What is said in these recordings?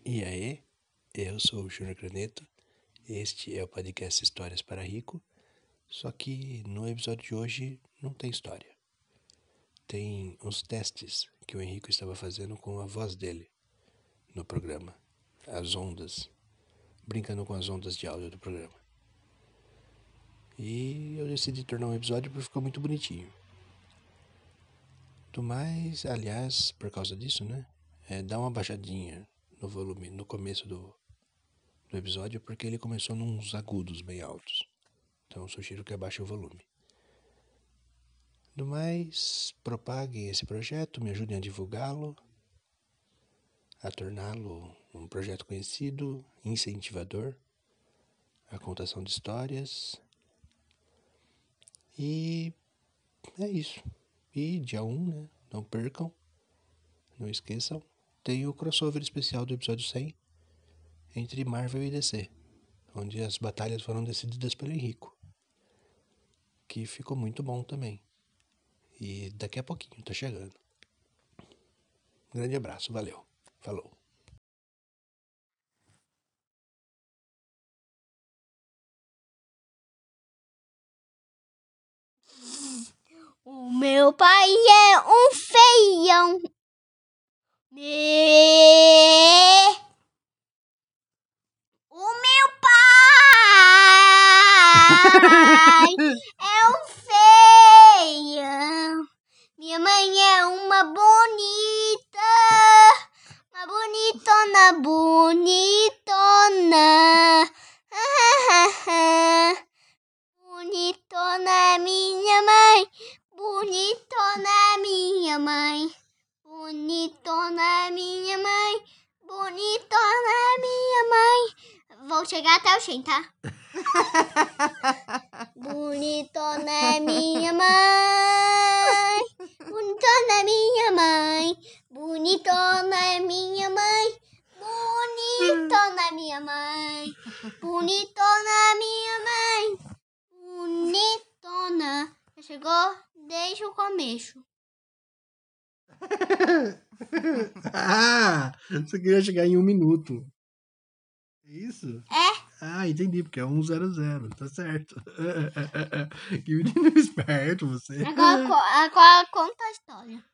E aí, eu sou o Júnior Graneto, este é o podcast Histórias para Rico, só que no episódio de hoje não tem história. Tem uns testes que o Henrico estava fazendo com a voz dele no programa, as ondas, brincando com as ondas de áudio do programa. E eu decidi tornar um episódio porque ficou muito bonitinho. Do mais, aliás, por causa disso, né? Dá uma baixadinha no volume no começo do episódio, porque ele começou nos agudos bem altos. Então, sugiro que abaixe o volume. Do mais, propaguem esse projeto, me ajudem a divulgá-lo, a torná-lo um projeto conhecido, incentivador, a contação de histórias. E é isso. E dia 1, né? Não percam, não esqueçam, tem o crossover especial do episódio 100 entre Marvel e DC, onde as batalhas foram decididas pelo Henrico, que ficou muito bom também. E daqui a pouquinho, tá chegando. Grande abraço, valeu, falou. O meu pai é um feião. O meu pai é um feião. Minha mãe é uma bonita. Uma bonitona, bonitona. Bonitona é minha mãe. Bonitona é minha mãe. Bonitona é minha mãe. Bonitona é minha mãe. Vou chegar até o 100, tá? Bonitona é minha mãe. Bonitona é minha mãe. Bonitona é minha mãe. Bonitona é minha mãe. Bonitona é minha mãe. Bonitona. Já chegou desde o começo. Você queria chegar em 1 minuto. É isso? É. Entendi, porque é 100, tá certo. Que menino esperto você. Agora conta a história.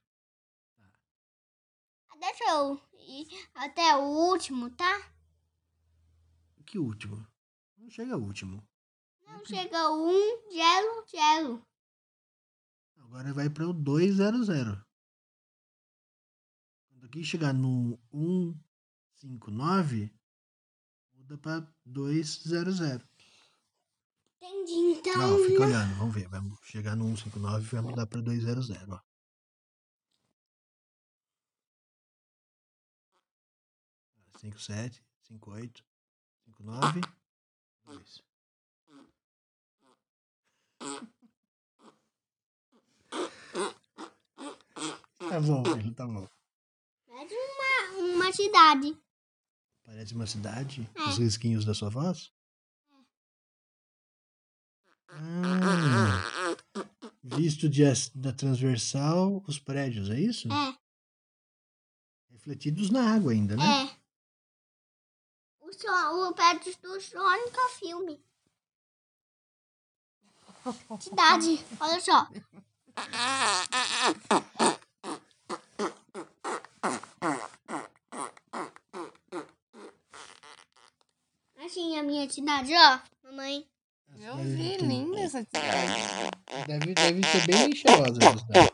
Deixa eu ir até o último, tá? Que último? Não chega ao último. Não chega o 100. Agora vai para o 200. Quando aqui chegar no 159, muda para 200. Entendi, então. Não, fica olhando, vamos ver. Vai chegar no 159 e vai mudar para 200, ó. 57, 58, 59, 2. Tá bom, filho, tá bom. Parece uma cidade. Parece uma cidade? É. Os risquinhos da sua voz? Visto da transversal, os prédios, é isso? É. Refletidos na água ainda, né? É. O prédio do Sonic é o filme. Cidade, olha só. Assim a minha cidade, ó, mamãe. Eu vi, linda essa cidade. Deve ser bem cheirosa essa cidade.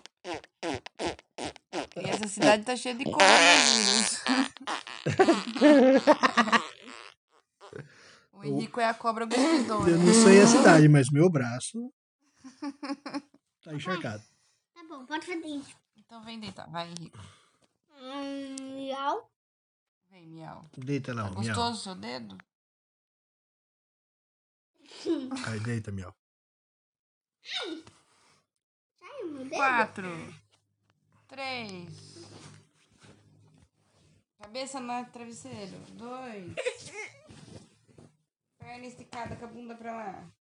E essa cidade tá cheia de coronavírus. O Henrico é a cobra cuspidora. Eu não sei a cidade, mas meu braço tá encharcado. Tá bom, pode fazer isso. Então vem deitar. Vai, Henrico. Miau. Vem, miau. Deita lá, Tá miau. gostoso o seu dedo? Aí, deita, miau. Sai o meu dedo. 4, 3. Cabeça no travesseiro. 2. Perna esticada com a bunda pra lá.